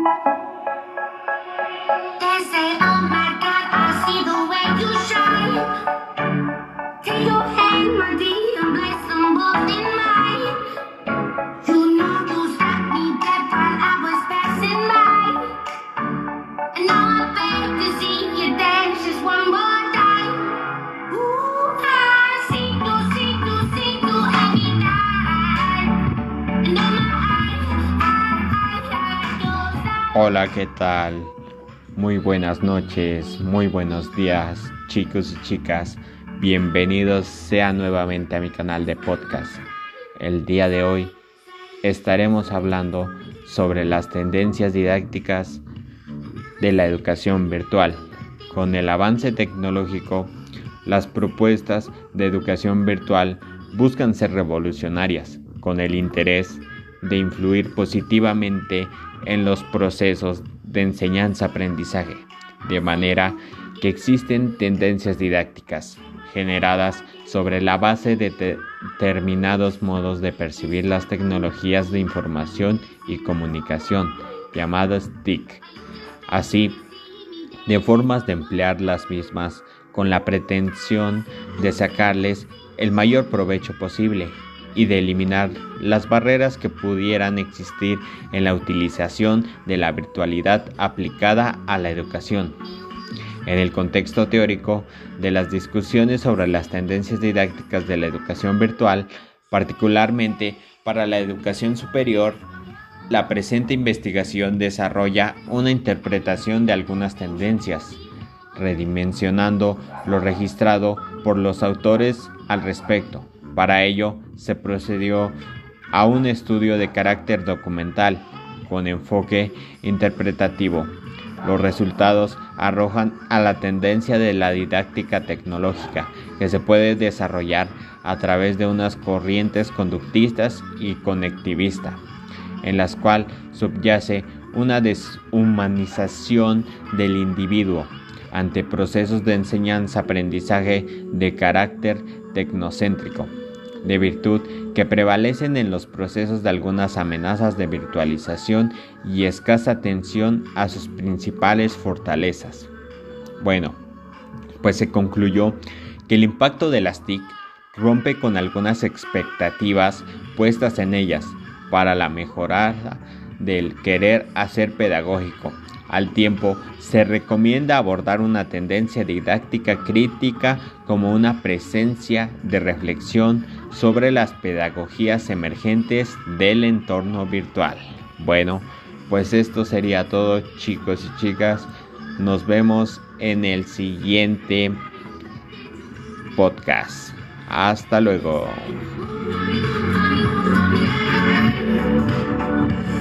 Hola, ¿qué tal? Muy buenas noches, muy buenos días, chicos y chicas. Bienvenidos sean nuevamente a mi canal de podcast. El día de hoy estaremos hablando sobre las tendencias didácticas de la educación virtual. Con el avance tecnológico, las propuestas de educación virtual buscan ser revolucionarias, con el interés de influir positivamente en los procesos de enseñanza-aprendizaje, de manera que existen tendencias didácticas generadas sobre la base de determinados modos de percibir las tecnologías de información y comunicación, llamadas TIC, así de formas de emplear las mismas con la pretensión de sacarles el mayor provecho posible y de eliminar las barreras que pudieran existir en la utilización de la virtualidad aplicada a la educación. En el contexto teórico de las discusiones sobre las tendencias didácticas de la educación virtual, particularmente para la educación superior, la presente investigación desarrolla una interpretación de algunas tendencias, redimensionando lo registrado por los autores al respecto. Para ello, se procedió a un estudio de carácter documental con enfoque interpretativo. Los resultados arrojan a la tendencia de la didáctica tecnológica que se puede desarrollar a través de unas corrientes conductistas y conectivistas, en las cuales subyace una deshumanización del individuo ante procesos de enseñanza-aprendizaje de carácter tecnocéntrico, de virtud que prevalecen en los procesos de algunas amenazas de virtualización y escasa atención a sus principales fortalezas. Bueno, pues se concluyó que el impacto de las TIC rompe con algunas expectativas puestas en ellas para la mejora del querer hacer pedagógico. Al tiempo, se recomienda abordar una tendencia didáctica crítica como una presencia de reflexión sobre las pedagogías emergentes del entorno virtual. Bueno, pues esto sería todo, chicos y chicas. Nos vemos en el siguiente podcast. Hasta luego.